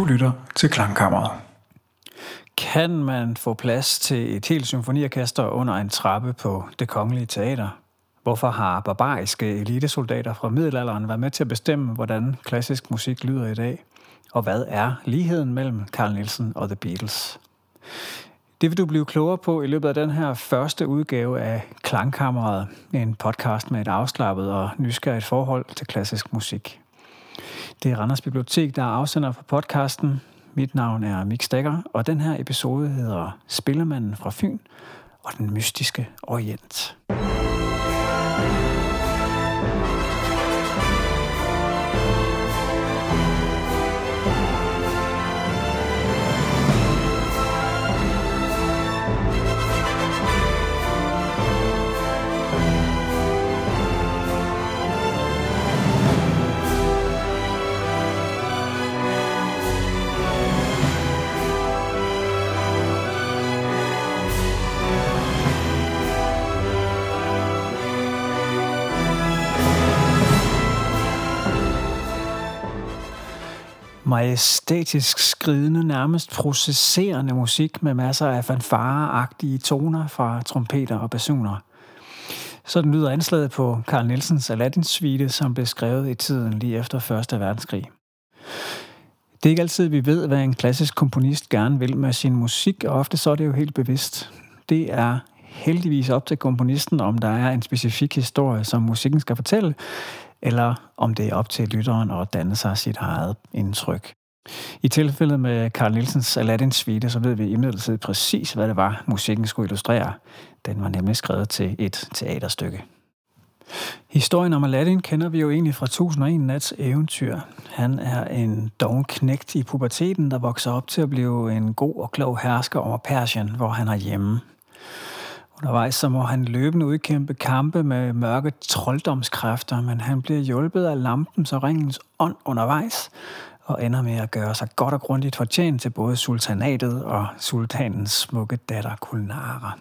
Du lytter til Klangkammeret. Kan man få plads til et helt symfoniorkester under en trappe på Det Kongelige Teater? Hvorfor har barbariske elitesoldater fra middelalderen været med til at bestemme, hvordan klassisk musik lyder i dag? Og hvad er ligheden mellem Carl Nielsen og The Beatles? Det vil du blive klogere på i løbet af den her første udgave af Klangkammeret, en podcast med et afslappet og nysgerrigt forhold til klassisk musik. Det er Randers Bibliotek, der er afsender for podcasten. Mit navn er Mik Stegger, og den her episode hedder Spillemanden fra Fyn og den mystiske Orient. Majestætisk skridende, nærmest processerende musik med masser af fanfareagtige toner fra trompeter og basuner. Sådan lyder anslaget på Carl Nielsens Aladdin-suite, som blev skrevet i tiden lige efter 1. verdenskrig. Det er ikke altid, vi ved, hvad en klassisk komponist gerne vil med sin musik, og ofte så er det jo helt bevidst. Det er heldigvis op til komponisten, om der er en specifik historie, som musikken skal fortælle, eller om det er op til lytteren at danne sig sit eget indtryk. I tilfældet med Carl Nielsens Aladdin-suite, så ved vi imidlertid præcis, hvad det var, musikken skulle illustrere. Den var nemlig skrevet til et teaterstykke. Historien om Aladdin kender vi jo egentlig fra 1001 Nats eventyr. Han er en doven knægt i puberteten, der vokser op til at blive en god og klog hersker over Persien, hvor han er hjemme. Undervejs så må han løbende udkæmpe kampe med mørke trolddomskræfter, men han bliver hjulpet af lampens og ringens ånd undervejs, og ender med at gøre sig godt og grundigt fortjent til både sultanatet og sultanens smukke datter Gulnara.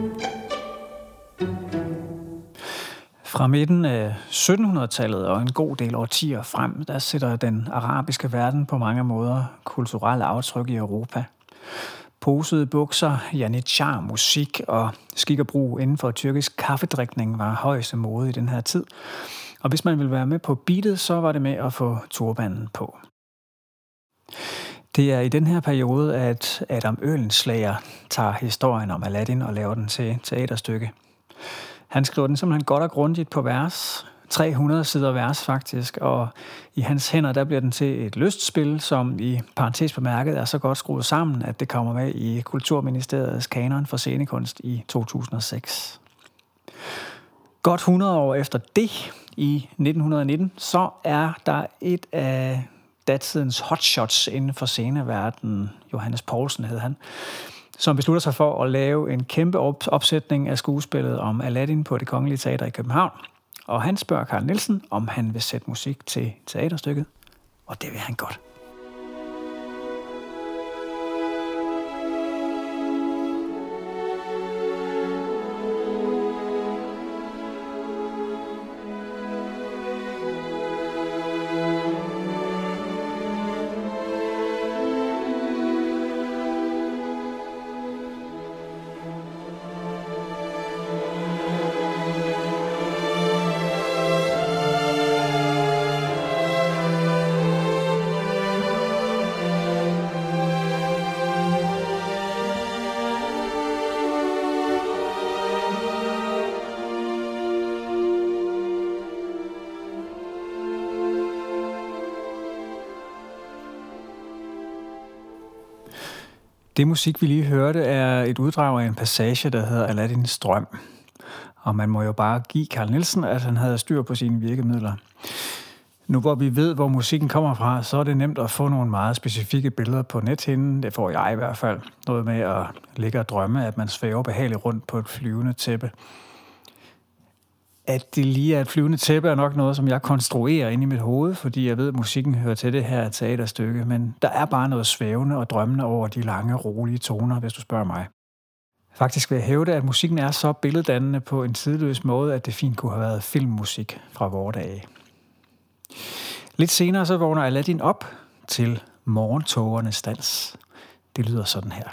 Fra midten af 1700-tallet og en god del årtier frem, der sætter den arabiske verden på mange måder kulturelle aftryk i Europa. Posede bukser, janitjar, musik og skik og brug inden for tyrkisk kaffedrikning var højeste mode i den her tid. Og hvis man ville være med på beatet, så var det med at få turbanen på. Det er i den her periode, at Adam Oehlenschläger tager historien om Aladdin og laver den til teaterstykke. Han skriver den simpelthen godt og grundigt på vers. 300 sider vers faktisk, og i hans hænder der bliver den til et lystspil, som i parentes bemærket er så godt skruet sammen, at det kommer med i Kulturministeriets kanon for scenekunst i 2006. Godt 100 år efter det, i 1919, så er der et af datidens hotshots inden for sceneverdenen, Johannes Poulsen hed han, som beslutter sig for at lave en kæmpe opsætning af skuespillet om Aladdin på Det Kongelige Teater i København. Og han spørger Carl Nielsen, om han vil sætte musik til teaterstykket, og det vil han godt. Det musik, vi lige hørte, er et uddrag af en passage, der hedder Aladdins drøm. Og man må jo bare give Carl Nielsen, at han havde styr på sine virkemidler. Nu hvor vi ved, hvor musikken kommer fra, så er det nemt at få nogle meget specifikke billeder på nethinden. Det får jeg i hvert fald. Noget med at ligge og drømme, at man svæver behageligt rundt på et flyvende tæppe. At det lige er et flyvende tæppe er nok noget, som jeg konstruerer inde i mit hoved, fordi jeg ved, at musikken hører til det her teaterstykke. Men der er bare noget svævende og drømmende over de lange, rolige toner, hvis du spørger mig. Faktisk vil jeg hævde, at musikken er så billeddannende på en tidløs måde, at det fint kunne have været filmmusik fra vore dage. Lidt senere så vågner Aladdin op til Morgentågernes dans. Det lyder sådan her.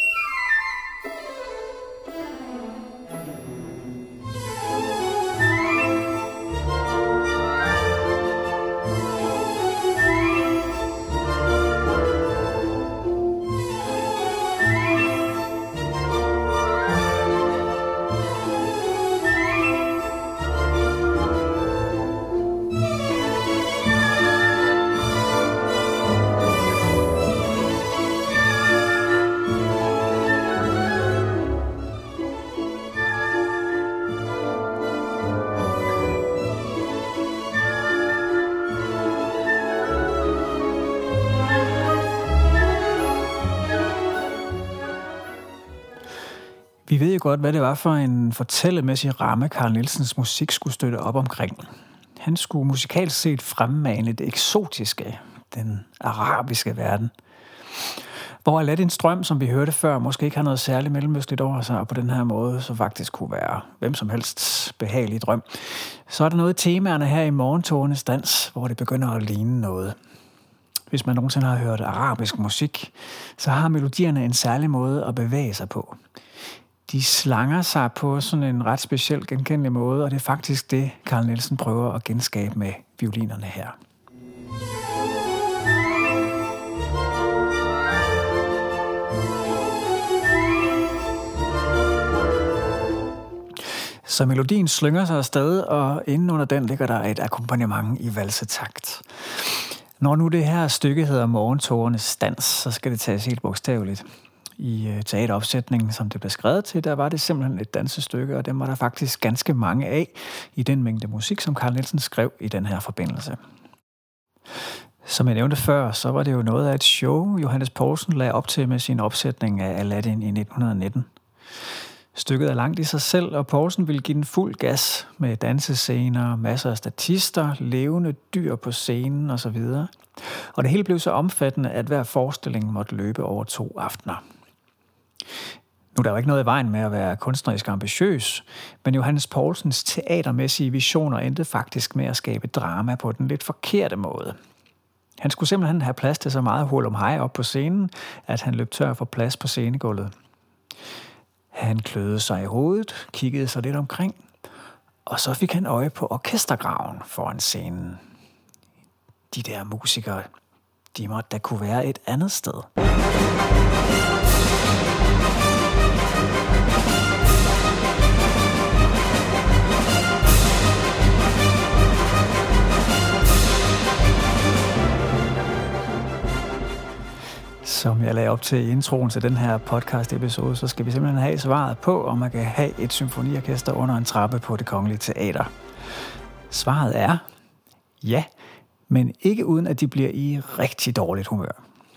Vi ved jo godt, hvad det var for en fortællemæssig ramme, Carl Nielsens musik skulle støtte op omkring. Han skulle musikalsk set fremmane det eksotiske, den arabiske verden. Hvor Aladdins drøm, som vi hørte før, måske ikke har noget særligt mellemøstligt over sig, og på den her måde så faktisk kunne være hvem som helst behagelig drøm. Så er der noget i temaerne her i Morgentågernes dans, hvor det begynder at ligne noget. Hvis man nogensinde har hørt arabisk musik, så har melodierne en særlig måde at bevæge sig på. De slanger sig på sådan en ret speciel genkendelig måde, og det er faktisk det, Carl Nielsen prøver at genskabe med violinerne her. Så melodien slynger sig afsted, og inden under den ligger der et akkompagnement i valsetakt. Når nu det her stykke hedder Morgentågernes dans, så skal det tages helt bogstaveligt. I teateropsætningen, som det blev skrevet til, der var det simpelthen et dansestykke, og dem var der faktisk ganske mange af i den mængde musik, som Carl Nielsen skrev i den her forbindelse. Som jeg nævnte før, så var det jo noget af et show, Johannes Poulsen lagde op til med sin opsætning af Aladdin i 1919. Stykket er langt i sig selv, og Poulsen ville give den fuld gas med dansescener, masser af statister, levende dyr på scenen osv. Og det hele blev så omfattende, at hver forestilling måtte løbe over 2 aftener. Nu er der jo ikke noget i vejen med at være kunstnerisk ambitiøs, men Johannes Poulsens teatermæssige visioner endte faktisk med at skabe drama på den lidt forkerte måde. Han skulle simpelthen have plads til så meget hurlumhej op på scenen, at han løb tør for plads på scenegulvet. Han kløede sig i hovedet, kiggede sig lidt omkring, og så fik han øje på orkestergraven foran scenen. De der musikere, de måtte da kunne være et andet sted. Som jeg lagde op til i introen til den her podcast-episode, så skal vi simpelthen have svaret på, om man kan have et symfoniorkester under en trappe på Det Kongelige Teater. Svaret er ja, men ikke uden at de bliver i rigtig dårligt humør.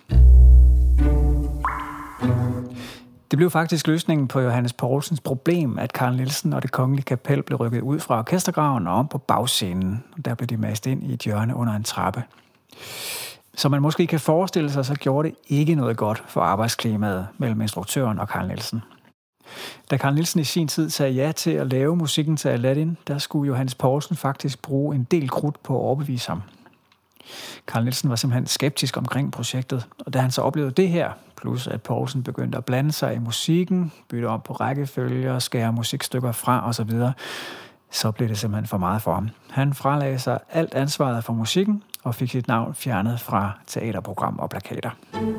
Det blev faktisk løsningen på Johannes Poulsens problem, at Carl Nielsen og Det Kongelige Kapel blev rykket ud fra orkestergraven og om på bagscenen. Der blev de mast ind i et hjørne under en trappe. Som man måske kan forestille sig, så gjorde det ikke noget godt for arbejdsklimaet mellem instruktøren og Carl Nielsen. Da Carl Nielsen i sin tid sagde ja til at lave musikken til Aladdin, der skulle Johannes Poulsen faktisk bruge en del krudt på at overbevise ham. Carl Nielsen var simpelthen skeptisk omkring projektet, og da han så oplevede det her, plus at Poulsen begyndte at blande sig i musikken, bytte om på rækkefølger, skære musikstykker fra osv., så blev det simpelthen for meget for ham. Han fralagde sig alt ansvaret for musikken og fik sit navn fjernet fra teaterprogram og plakater.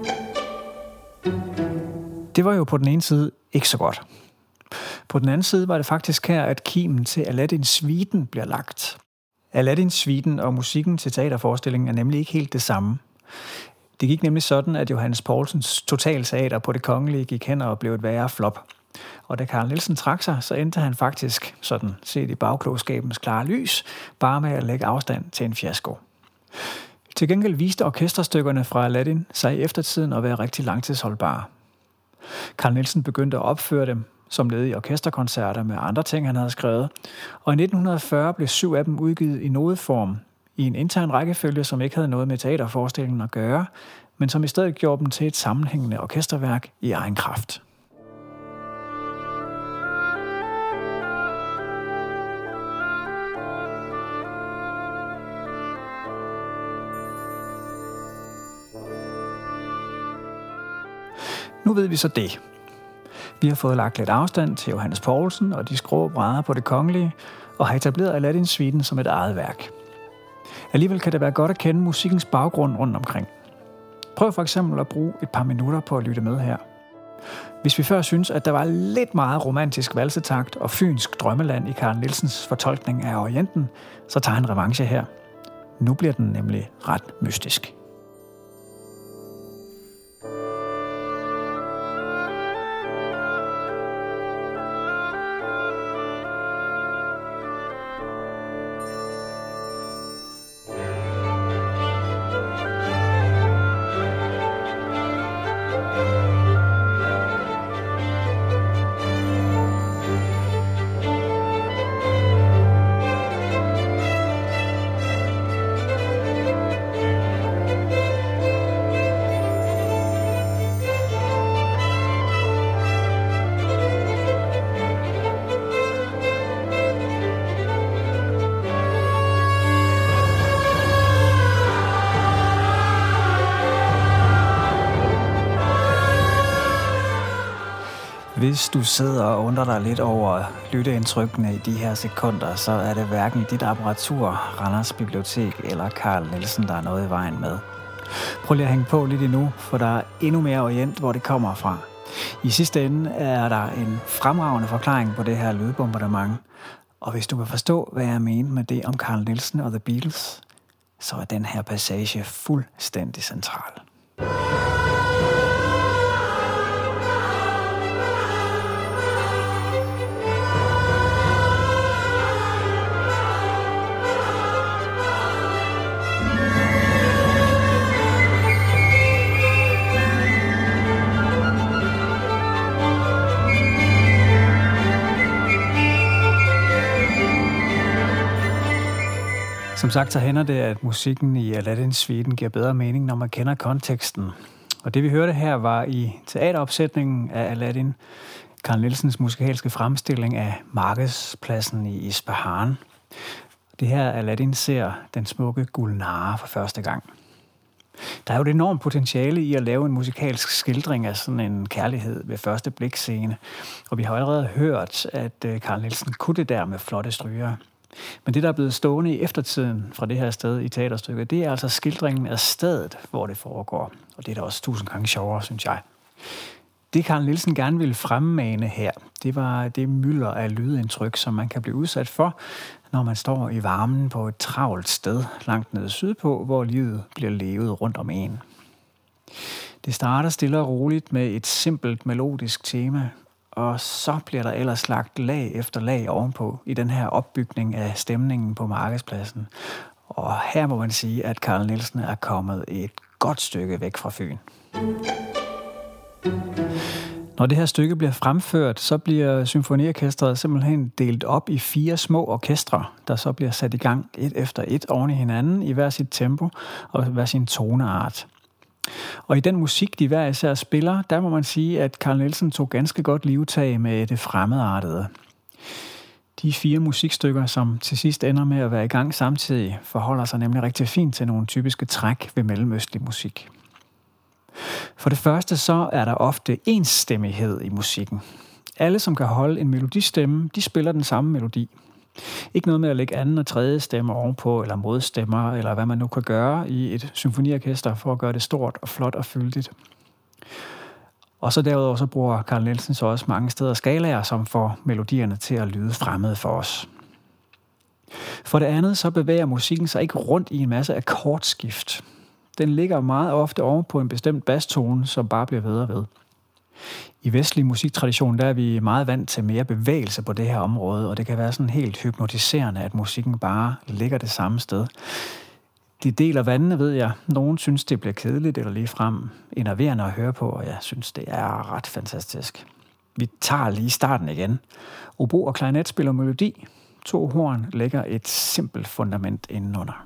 Det var jo på den ene side ikke så godt. På den anden side var det faktisk her, at kimen til Aladdin-suiten bliver lagt. Aladdin-suiten og musikken til teaterforestillingen er nemlig ikke helt det samme. Det gik nemlig sådan, at Johannes Poulsens totalteater på Det Kongelige gik hen og blev et værre flop. Og da Carl Nielsen trak sig, så endte han faktisk, sådan set i bagklogskabens klare lys, bare med at lægge afstand til en fiasko. Til gengæld viste orkesterstykkerne fra Aladdin sig i eftertiden at være rigtig langtidsholdbare. Carl Nielsen begyndte at opføre dem som led i orkesterkoncerter med andre ting, han havde skrevet, og i 1940 blev 7 af dem udgivet i nodeform, i en intern rækkefølge, som ikke havde noget med teaterforestillingen at gøre, men som i stedet gjorde dem til et sammenhængende orkesterværk i egen kraft. Nu ved vi så det. Vi har fået lagt lidt afstand til Johannes Poulsen og de skrå brædder på Det Kongelige, og har etableret Aladdin-suiten som et eget værk. Alligevel kan det være godt at kende musikkens baggrund rundt omkring. Prøv for eksempel at bruge et par minutter på at lytte med her. Hvis vi før synes, at der var lidt meget romantisk valsetakt og fynsk drømmeland i Carl Nielsens fortolkning af Orienten, så tager han revanche her. Nu bliver den nemlig ret mystisk. Hvis du sidder og undrer dig lidt over lytteindtrykkene i de her sekunder, så er det hverken dit apparatur, Randers Bibliotek eller Carl Nielsen, der er noget i vejen med. Prøv lige at hænge på lidt endnu, for der er endnu mere orient, hvor det kommer fra. I sidste ende er der en fremragende forklaring på det her lydbombardement. Og hvis du vil forstå, hvad jeg mener med det om Carl Nielsen og The Beatles, så er den her passage fuldstændig central. Som sagt, så hænder det, at musikken i Aladdin-suiten giver bedre mening, når man kender konteksten. Og det vi hørte her var i teateropsætningen af Aladdin, Carl Nielsens musikalske fremstilling af markedspladsen i Isfahan. Det her Aladdin ser den smukke Gulnare for første gang. Der er jo et enormt potentiale i at lave en musikalsk skildring af sådan en kærlighed ved første blikscene. Og vi har allerede hørt, at Carl Nielsen kunne det der med flotte stryger. Men det, der er blevet stående i eftertiden fra det her sted i teaterstykket, det er altså skildringen af stedet, hvor det foregår. Og det er da også 1000 gange sjovere, synes jeg. Det Carl Nielsen gerne ville fremmane her, det var det mylder af lydindtryk, som man kan blive udsat for, når man står i varmen på et travlt sted langt nede sydpå, hvor livet bliver levet rundt om en. Det starter stille og roligt med et simpelt melodisk tema, og så bliver der ellers lagt lag efter lag ovenpå i den her opbygning af stemningen på markedspladsen. Og her må man sige, at Carl Nielsen er kommet et godt stykke væk fra Fyn. Når det her stykke bliver fremført, så bliver symfoniorkestret simpelthen delt op i 4 små orkestre, der så bliver sat i gang et efter et oven i hinanden i hver sit tempo og hver sin toneart. Og i den musik, de hver især spiller, der må man sige, at Carl Nielsen tog ganske godt livtag med det fremmedartede. De 4 musikstykker, som til sidst ender med at være i gang samtidig, forholder sig nemlig rigtig fint til nogle typiske træk ved mellemøstlig musik. For det første så er der ofte enstemmighed i musikken. Alle, som kan holde en melodistemme, de spiller den samme melodi. Ikke noget med at lægge anden og tredje stemme ovenpå, eller modstemmer, eller hvad man nu kan gøre i et symfoniorkester for at gøre det stort og flot og fyldigt. Og så derudover så bruger Carl Nielsen så også mange steder skalaer, som får melodierne til at lyde fremmede for os. For det andet så bevæger musikken sig ikke rundt i en masse akkordskift. Den ligger meget ofte oven på en bestemt bastone, som bare bliver ved og ved. I vestlig musiktradition, der er vi meget vant til mere bevægelse på det her område, og det kan være sådan helt hypnotiserende, at musikken bare ligger det samme sted. De deler vandene, ved jeg. Nogen synes, det bliver kedeligt eller ligefrem enerverende at høre på, og jeg synes, det er ret fantastisk. Vi tager lige starten igen. Obo og klarinet spiller melodi. 2 horn lægger et simpelt fundament indenunder.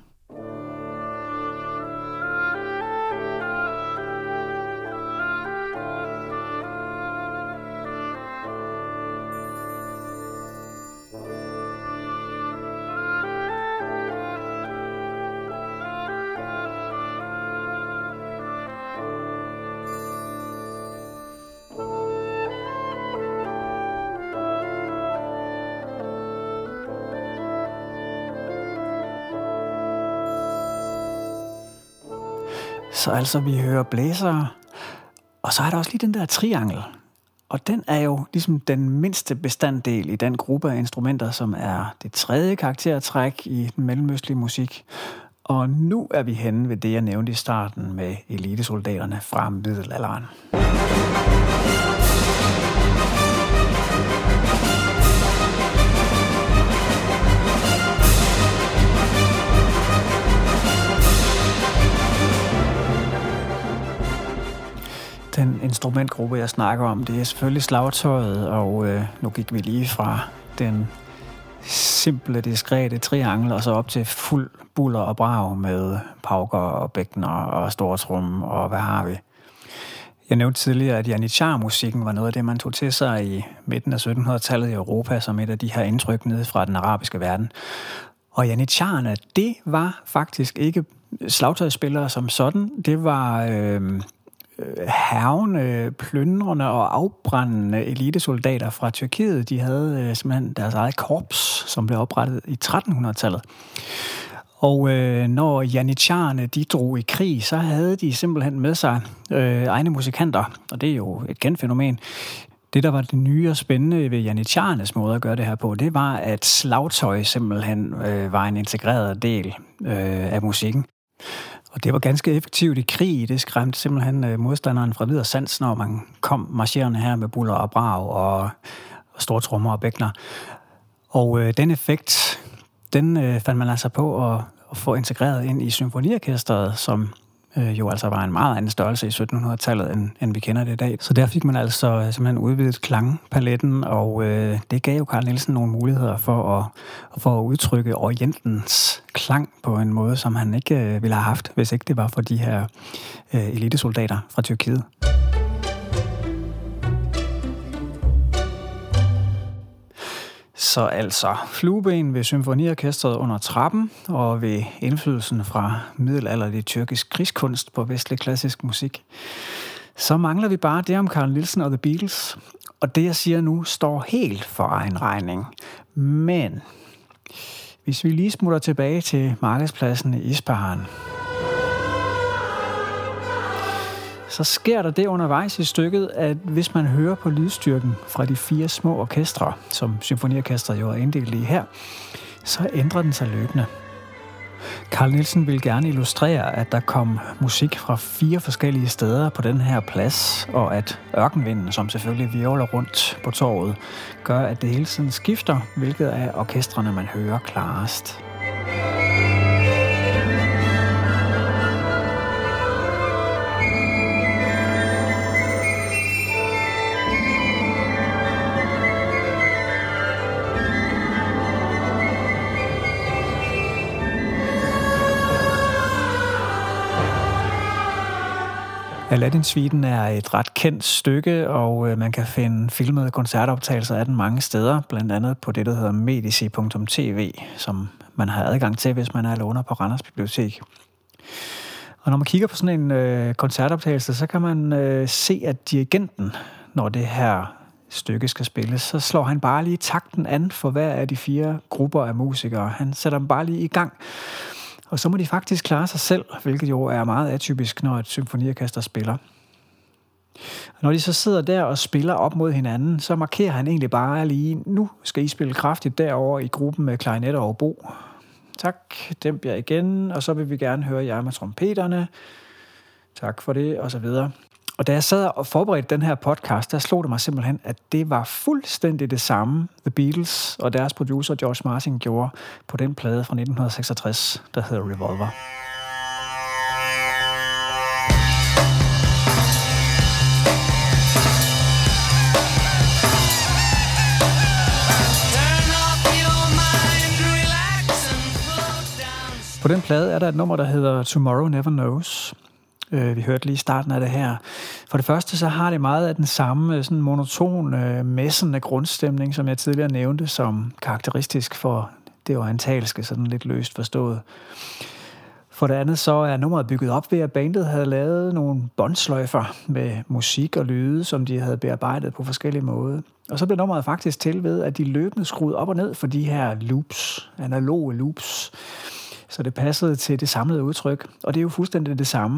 Så altså, vi hører blæsere, og så er der også lige den der triangel. Og den er jo ligesom den mindste bestanddel i den gruppe af instrumenter, som er det tredje karaktertræk i den mellemøstlige musik. Og nu er vi henne ved det, jeg nævnte i starten med elitesoldaterne fra middelalderen. Den instrumentgruppe, jeg snakker om, det er selvfølgelig slagtøjet, og nu gik vi lige fra den simple, diskrete triangel, og så op til fuld buller og brag med pauker og bækkener og stortrum, og hvad har vi? Jeg nævnte tidligere, at janitjar-musikken var noget af det, man tog til sig i midten af 1700-tallet i Europa, som et af de her indtryk nede fra den arabiske verden. Og janitjarerne, det var faktisk ikke slagtøjsspillere som sådan, det var hærgende, plyndrende og afbrændende elitesoldater fra Tyrkiet. De havde simpelthen deres eget korps, som blev oprettet i 1300-tallet. Og når janitjarerne de drog i krig, så havde de simpelthen med sig egne musikanter, og det er jo et kendt fænomen. Det, der var det nye og spændende ved janitjarernes måde at gøre det her på, det var, at slagtøj simpelthen var en integreret del af musikken. Og det var ganske effektivt i krig. Det skræmte simpelthen modstanderen fra vid og sans, når man kom marcherende her med buller og brag og store trommer og bækkener. Og den effekt, den fandt man altså på at få integreret ind i symfoniorkestret, som jo altså var en meget anden størrelse i 1700-tallet, end vi kender det i dag. Så der fik man altså simpelthen udvidet klangpaletten, og det gav jo Carl Nielsen nogle muligheder for at udtrykke orientens klang på en måde, som han ikke ville have haft, hvis ikke det var for de her elitesoldater fra Tyrkiet. Så altså flueben ved symfoniorkestret under trappen og ved indflydelsen fra middelalderlig tyrkisk krigskunst på vestlig klassisk musik. Så mangler vi bare det om Carl Nielsen og The Beatles. Og det, jeg siger nu, står helt for egen regning. Men hvis vi lige smutter tilbage til markedspladsen i Isfahan, så sker der det undervejs i stykket, at hvis man hører på lydstyrken fra de 4 små orkestre, som symfoniorkestret jo er inddelt i her, så ændrer den sig løbende. Carl Nielsen vil gerne illustrere, at der kom musik fra 4 forskellige steder på den her plads, og at ørkenvinden, som selvfølgelig virvler rundt på torvet, gør, at det hele tiden skifter, hvilket af orkestrene man hører klarest. Aladdin-suiten er et ret kendt stykke, og man kan finde filmede koncertoptagelser af den mange steder, blandt andet på det, der hedder medici.tv, som man har adgang til, hvis man er låner på Randers Bibliotek. Og når man kigger på sådan en koncertoptagelse, så kan man se, at dirigenten, når det her stykke skal spilles, så slår han bare lige takten an for hver af de 4 grupper af musikere. Han sætter dem bare lige i gang. Og så må de faktisk klare sig selv, hvilket jo er meget atypisk, når et symfoniorkester spiller. Og når de så sidder der og spiller op mod hinanden, så markerer han egentlig bare lige, nu skal I spille kraftigt derover i gruppen med klarinet og obo. Tak, dæmp jer igen, og så vil vi gerne høre jer med trompeterne. Tak for det, og så videre. Og da jeg sad og forberedte den her podcast, der slog det mig simpelthen, at det var fuldstændig det samme, The Beatles og deres producer George Martin gjorde på den plade fra 1966, der hedder Revolver. På den plade er der et nummer, der hedder Tomorrow Never Knows. Vi hørte lige starten af det her. For det første så har det meget af den samme sådan monoton, messende grundstemning, som jeg tidligere nævnte, som karakteristisk for det orientalske, sådan lidt løst forstået. For det andet så er nummeret bygget op ved, at bandet havde lavet nogle båndsløjfer med musik og lyde, som de havde bearbejdet på forskellige måder. Og så blev nummeret faktisk til ved, at de løbende skruede op og ned for de her loops, analoge loops. Så det passede til det samlede udtryk. Og det er jo fuldstændig det samme.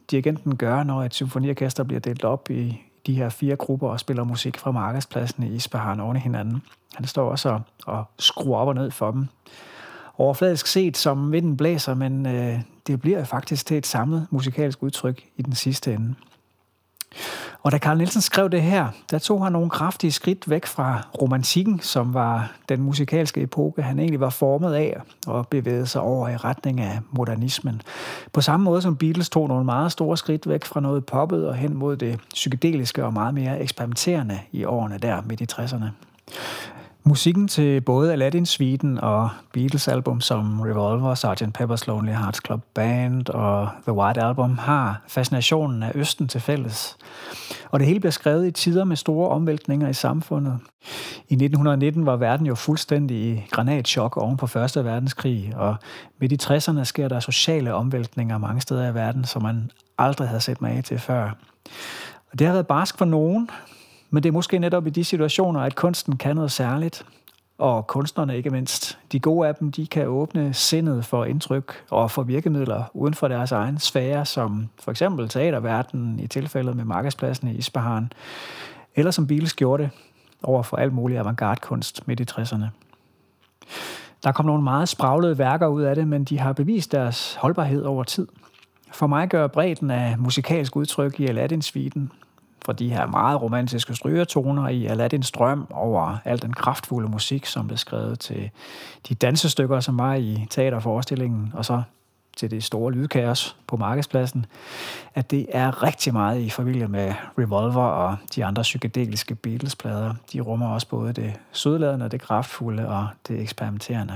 dirigenten gøre, når et symfoniorkester bliver delt op i de her 4 grupper og spiller musik fra markedspladsen i Isfahan oven i hinanden. Han står også og skruer op og ned for dem. Overfladisk set, som vinden blæser, men det bliver faktisk til et samlet musikalsk udtryk i den sidste ende. Og da Carl Nielsen skrev det her, der tog han nogle kraftige skridt væk fra romantikken, som var den musikalske epoke, han egentlig var formet af, og bevægede sig over i retning af modernismen. På samme måde som Beatles tog nogle meget store skridt væk fra noget poppet og hen mod det psykedeliske og meget mere eksperimenterende i årene der midt i 60'erne. Musikken til både Aladdin-suiten og Beatles-album som Revolver, Sgt. Pepper's Lonely Hearts Club Band og The White Album har fascinationen af Østen til fælles. Og det hele bliver skrevet i tider med store omvæltninger i samfundet. I 1919 var verden jo fuldstændig i granatchok oven på 1. verdenskrig, og midt i 60'erne sker der sociale omvæltninger mange steder i verden, som man aldrig havde set mage til før. Og det har været barsk for nogen, men det er måske netop i de situationer, at kunsten kan noget særligt. Og kunstnerne ikke mindst. De gode af dem, de kan åbne sindet for indtryk og for virkemidler uden for deres egen sfære, som for eksempel teaterverdenen i tilfældet med markedspladsen i Isfahan, eller som Beatles gjorde det over for alt muligt avantgarde-kunst midt i 60'erne. Der kom nogle meget spraglede værker ud af det, men de har bevist deres holdbarhed over tid. For mig gør bredden af musikalsk udtryk i Aladdin-suiten, fra de her meget romantiske strygertoner i Aladdins drøm over al den kraftfulde musik, som blev skrevet til de dansestykker, som var i teaterforestillingen, og så til det store lydkaos på markedspladsen, at det er rigtig meget i familie med Revolver og de andre psykedeliske Beatles-plader. De rummer også både det sødladende, det kraftfulde og det eksperimenterende.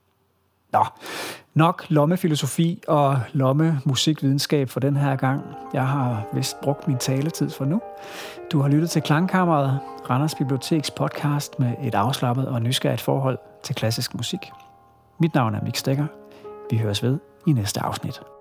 Nok lommefilosofi og lommemusikvidenskab for den her gang. Jeg har vist brugt min taletid for nu. Du har lyttet til Klangkammeret, Randers Biblioteks podcast med et afslappet og nysgerrigt forhold til klassisk musik. Mit navn er Mik Stegger. Vi høres ved i næste afsnit.